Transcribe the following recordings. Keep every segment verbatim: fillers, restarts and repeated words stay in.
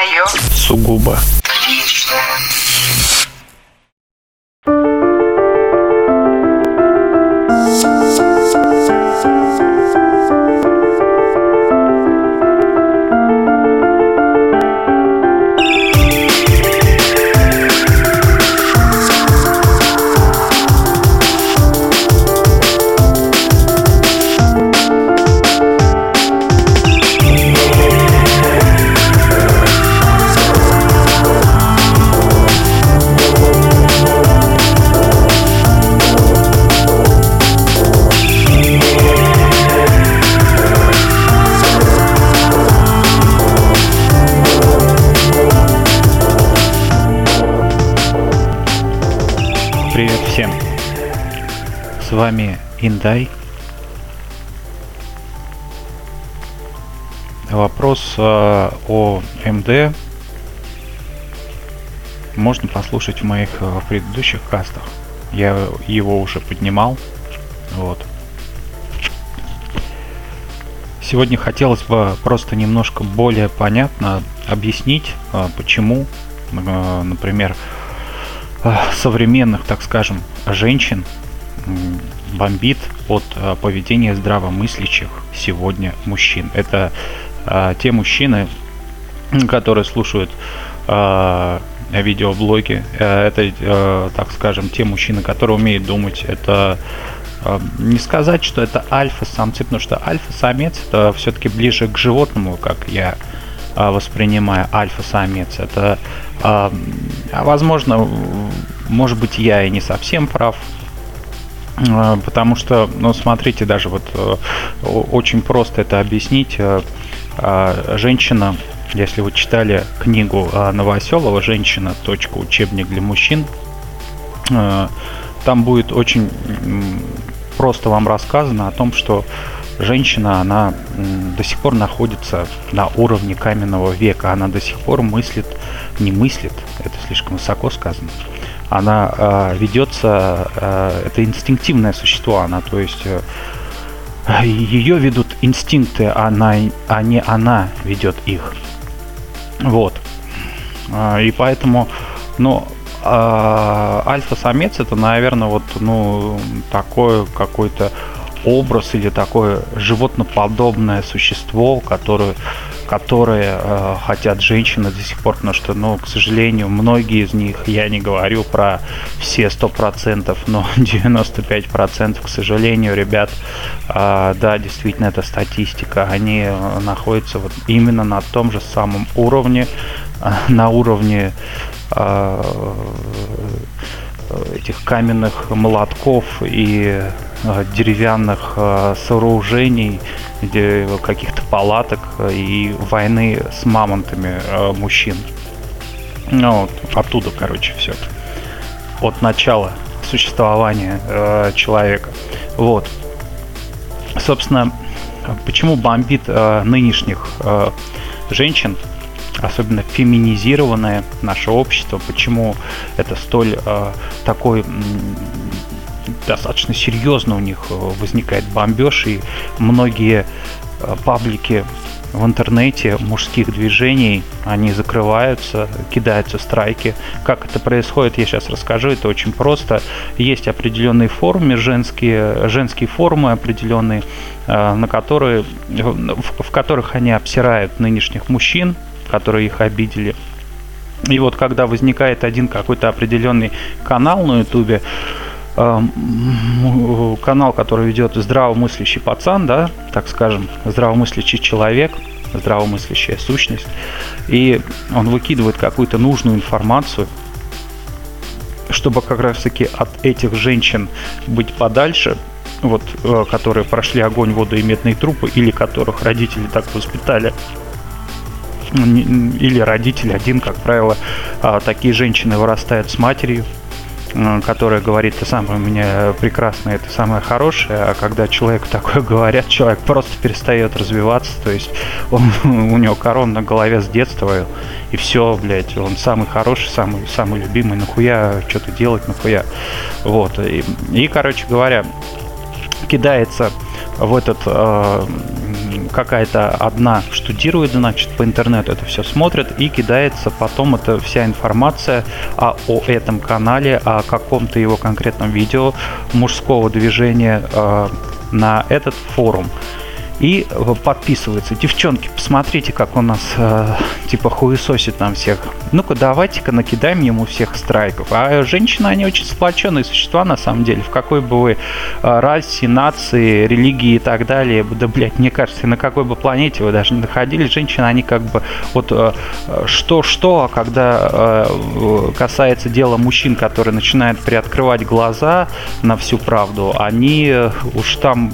Твое. Сугубо. Привет всем! С вами Индай. Вопрос э, о эм дэ можно послушать в моих э, предыдущих кастах. Я его уже поднимал. Вот. Сегодня хотелось бы просто немножко более понятно объяснить, э, почему, э, например, современных, так скажем, женщин бомбит от а, поведения здравомыслящих сегодня мужчин. Это а, те мужчины, которые слушают а, видеоблоги. А, это, а, так скажем, те мужчины, которые умеют думать. Это а, не сказать, что это альфа-самцы, потому что альфа-самец это все-таки ближе к животному, как я а, воспринимаю альфа-самец. Это а, возможно, может быть, я и не совсем прав, потому что, ну, смотрите, даже вот очень просто это объяснить. Женщина, если вы читали книгу Новоселова «Женщина. Учебник для мужчин», там будет очень просто вам рассказано о том, что женщина, она до сих пор находится на уровне каменного века, она до сих пор мыслит, не мыслит, это слишком высоко сказано, она э, ведется, э, это инстинктивное существо, она, то есть э, ее ведут инстинкты, она, а не она ведет их. Вот. И поэтому, ну, э, альфа-самец это, наверное, вот, ну, такое какой-то образ или такое животноподобное существо, которое, которые э, хотят женщины до сих пор, потому что, ну, к сожалению, многие из них, я не говорю про все сто процентов, но девяносто пять процентов, к сожалению, ребят, э, да, действительно, это статистика, они э, находятся вот именно на том же самом уровне, э, на уровне э, этих каменных молотков и деревянных э, сооружений, где, каких-то палаток и войны с мамонтами э, мужчин. Ну, вот, оттуда, короче, все. От начала существования э, человека. Вот. Собственно, почему бомбит э, нынешних э, женщин, особенно феминизированное наше общество, почему это столь э, такой м, достаточно серьезно у них возникает бомбеж, и многие э, паблики в интернете мужских движений, они закрываются, кидаются страйки. Как это происходит, я сейчас расскажу, это очень просто. Есть определенные форумы, женские, женские форумы определенные, э, на которые, в, в которых они обсирают нынешних мужчин, которые их обидели. И вот когда возникает один какой-то определенный канал на ютубе, э, канал, который ведет здравомыслящий пацан, да, так скажем, здравомыслящий человек, здравомыслящая сущность, и он выкидывает какую-то нужную информацию, чтобы как раз таки от этих женщин быть подальше, вот, э, которые прошли огонь, воду и медные трупы, или которых родители так воспитали, или родитель один, как правило, такие женщины вырастают с матерью, которая говорит: ты самая у меня прекрасная, ты самая хорошая, а когда человеку такое говорят, человек просто перестает развиваться, то есть он, у него корона на голове с детства, и все, блядь, он самый хороший, самый, самый любимый, нахуя что-то делать, нахуя, вот, и, и короче говоря, кидается в этот, э, какая-то одна штудирует, значит, по интернету это все смотрит и кидается потом эта вся информация о, о этом канале, о каком-то его конкретном видео мужского движения э, на этот форум. И подписывается. Девчонки, посмотрите, как у нас э, типа хуесосит нам всех. Ну-ка, давайте-ка накидаем ему всех страйков. А женщины, они очень сплоченные существа, на самом деле. В какой бы вы э, расе, нации, религии и так далее, да, блядь, мне кажется, на какой бы планете вы даже не находились, женщины, они как бы вот что-что, э, а когда э, касается дела мужчин, которые начинают приоткрывать глаза на всю правду, они э, уж там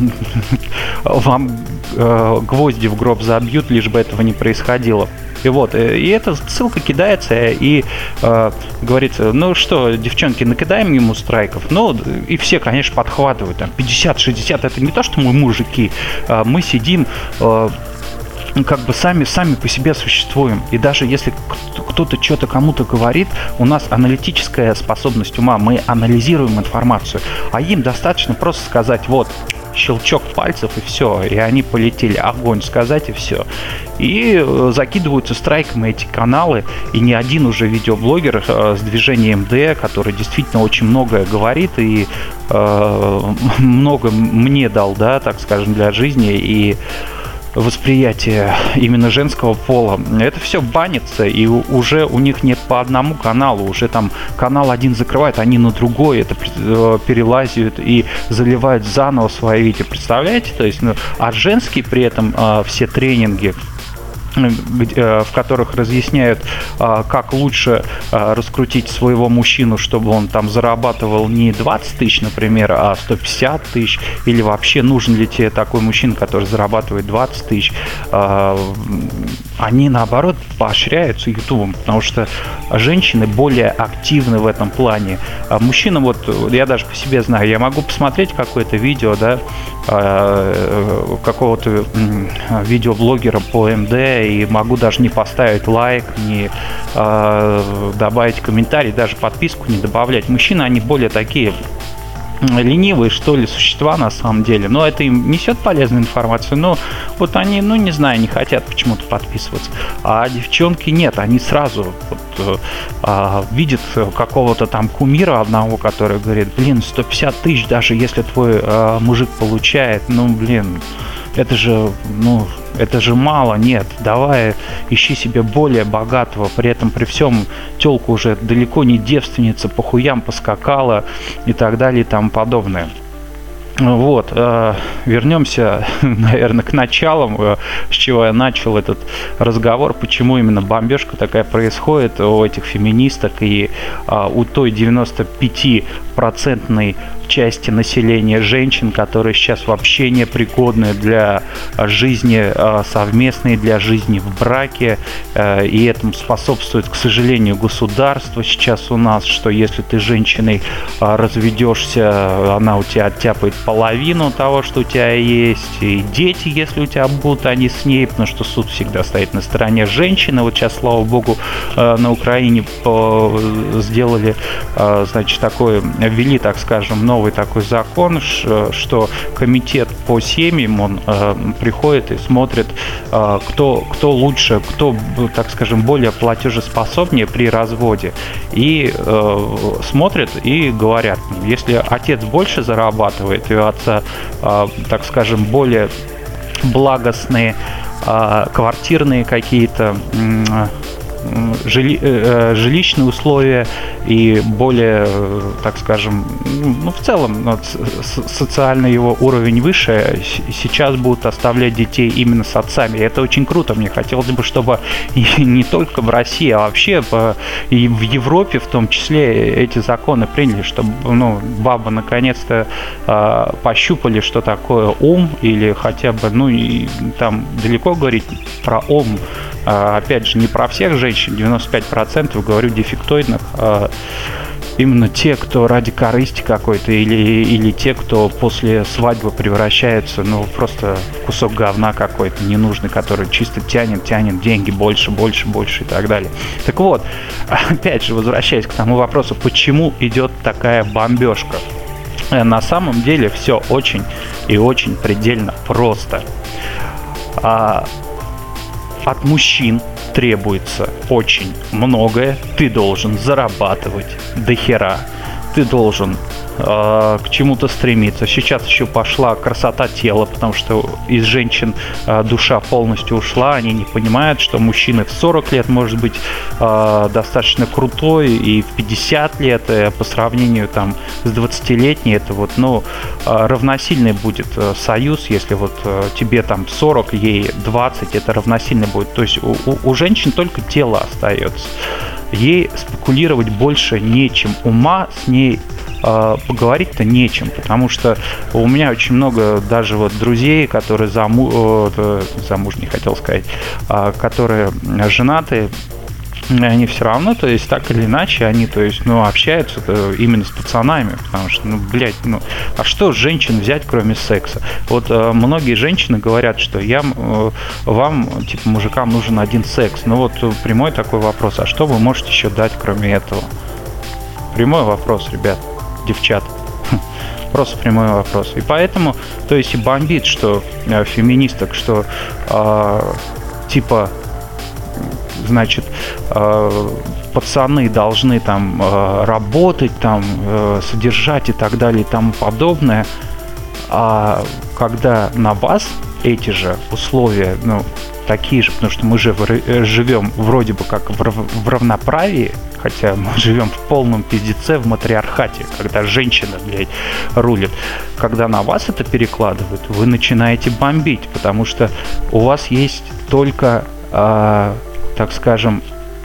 вам э, гвозди в гроб забьют, лишь бы этого не происходило. И вот, и эта ссылка кидается, и э, говорится, ну что, девчонки, накидаем ему страйков. Ну, и все, конечно, подхватывают, там, пятьдесят-шестьдесят, это не то, что мы мужики, э, мы сидим... Э, как бы сами, сами по себе существуем. И даже если кто-то что-то кому-то говорит, у нас аналитическая способность ума, мы анализируем информацию. А им достаточно просто сказать, вот, щелчок пальцев и все, и они полетели, огонь сказать и все. И закидываются страйками эти каналы, и не один уже видеоблогер э, с движением Д, который действительно очень многое говорит и э, много мне дал, да, так скажем, для жизни и восприятие именно женского пола, это все банится, и уже у них не по одному каналу, уже там канал один закрывает, они на другой это перелазят и заливают заново свои видео, представляете? То есть, ну, а женские при этом э, все тренинги, в которых разъясняют, как лучше раскрутить своего мужчину, чтобы он там зарабатывал не двадцать тысяч, например, а сто пятьдесят тысяч, или вообще нужен ли тебе такой мужчина, который зарабатывает двадцать тысяч, они наоборот поощряются ютубом, потому что женщины более активны в этом плане. А мужчинам, вот я даже по себе знаю, я могу посмотреть какое-то видео, да, какого-то видеоблогера по эм дэ, и могу даже не поставить лайк, не э, добавить комментарий, даже подписку не добавлять. Мужчины, они более такие ленивые, что ли, существа на самом деле. Но это им несет полезную информацию, но вот они, ну, не знаю, не хотят почему-то подписываться. А девчонки нет, они сразу вот, а, видят какого-то там кумира одного, который говорит, блин, сто пятьдесят тысяч, даже если твой а, мужик получает, ну, блин, это же, ну, это же мало, нет, давай ищи себе более богатого, при этом при всем тёлка уже далеко не девственница, по хуям поскакала и так далее и тому подобное. Вот, э, вернемся, наверное, к началам, э, с чего я начал этот разговор, почему именно бомбежка такая происходит у этих феминисток и э, у той девяносто пять процентной части населения женщин, которые сейчас вообще не пригодны для жизни э, совместной, для жизни в браке, э, и этому способствует, к сожалению, государство сейчас у нас, что если ты женщиной э, разведешься, она у тебя оттяпает половину того, что у тебя есть, и дети, если у тебя будут, они с ней, потому что суд всегда стоит на стороне женщины. Вот сейчас, слава богу, на Украине сделали, значит, такой, ввели, так скажем, новый такой закон, что комитет по семьям, он приходит и смотрит, кто, кто лучше, кто, так скажем, более платежеспособнее при разводе, и смотрят и говорят, если отец больше зарабатывает, и у отца, так скажем, более благостные квартирные какие-то жили, жилищные условия и более, так скажем, ну, в целом, ну, социальный его уровень выше, сейчас будут оставлять детей именно с отцами. И это очень круто. Мне хотелось бы, чтобы и не только в России, а вообще и в Европе в том числе эти законы приняли, чтобы, ну, бабы наконец-то э, пощупали, что такое ум, или хотя бы, ну, и там далеко говорить про ум, э, опять же, не про всех женщин, девяносто пять процентов, говорю, дефектоидных, э, именно те, кто ради корысти какой-то, или, или те, кто после свадьбы превращаются, ну, просто в кусок говна какой-то ненужный, который чисто тянет, тянет деньги больше, больше, больше и так далее. Так вот, опять же, возвращаясь к тому вопросу, почему идет такая бомбежка? На самом деле все очень и очень предельно просто. А от мужчин требуется очень многое. Ты должен зарабатывать до хера. Ты должен э, к чему-то стремиться. Сейчас еще пошла красота тела, потому что из женщин э, душа полностью ушла. Они не понимают, что мужчина в сорок лет может быть э, достаточно крутой, и в пятьдесят лет э, по сравнению там с двадцатилетней это вот, ну, э, равносильный будет э, союз, если вот э, тебе там сорок, ей двадцать, это равносильно будет. То есть у, у, у женщин только тело остается. Ей спекулировать больше нечем. Ума с ней э, поговорить-то нечем, потому что у меня очень много даже вот друзей, которые заму... э, замужние, хотел сказать, э, которые женаты, они все равно, то есть так или иначе, они, то есть, ну, общаются именно с пацанами, потому что, ну, блядь, ну, а что женщин взять, кроме секса? Вот э, многие женщины говорят, что я, э, вам, типа, мужикам нужен один секс. Ну, вот прямой такой вопрос, а что вы можете еще дать, кроме этого? Прямой вопрос, ребят, девчат. Просто прямой вопрос. И поэтому, то есть, и бомбит, что э, феминисток, что, э, типа, значит, э, пацаны должны там э, работать, там, э, содержать и так далее и тому подобное. А когда на вас эти же условия, ну, такие же, потому что мы же в, живем вроде бы как в, в равноправии, хотя мы живем в полном пиздеце, в матриархате, когда женщина, блядь, рулит. Когда на вас это перекладывают, вы начинаете бомбить, потому что у вас есть только... Э, так скажем,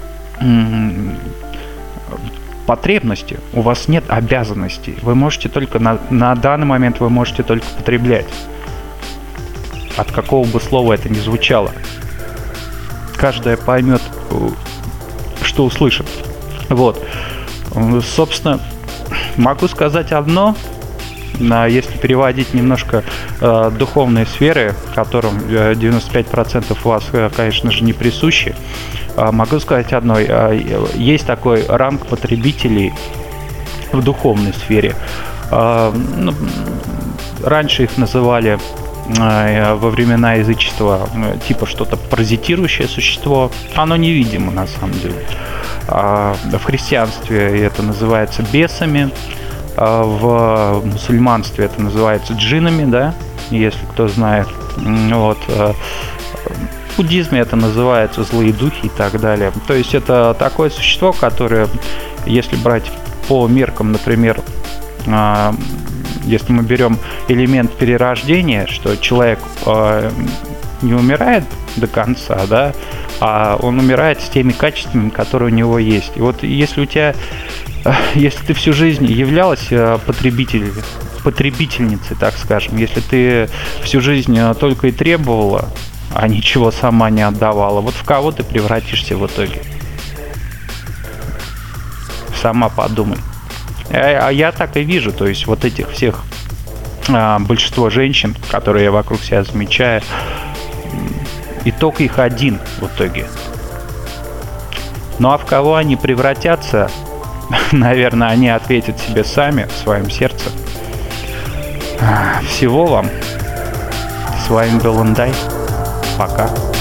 потребности, у вас нет обязанностей. Вы можете только на, на данный момент вы можете только потреблять. От какого бы слова это ни звучало. Каждая поймет, что услышит. Вот. Собственно, могу сказать одно. Если переводить немножко э, духовные сферы, которым э, девяносто пять процентов у вас, э, конечно же, не присущи, э, могу сказать одно. Э, есть такой ранг потребителей в духовной сфере. Э, ну, раньше их называли э, во времена язычества э, типа что-то паразитирующее существо. Оно невидимо на самом деле. Э, в христианстве это называется бесами. В мусульманстве это называется джиннами, да, если кто знает. Вот. В буддизме это называется злые духи и так далее. То есть это такое существо, которое, если брать по меркам, например, если мы берем элемент перерождения, что человек не умирает до конца, да, а он умирает с теми качествами, которые у него есть. И вот если у тебя Если ты всю жизнь являлась потребителем, потребительницей, так скажем, если ты всю жизнь только и требовала, а ничего сама не отдавала, вот в кого ты превратишься в итоге? Сама подумай. А я так и вижу, то есть вот этих всех, большинство женщин, которые я вокруг себя замечаю, итог их один в итоге. Ну а в кого они превратятся? Наверное, они ответят себе сами в своем сердце. Всего вам. С вами был Индай. Пока.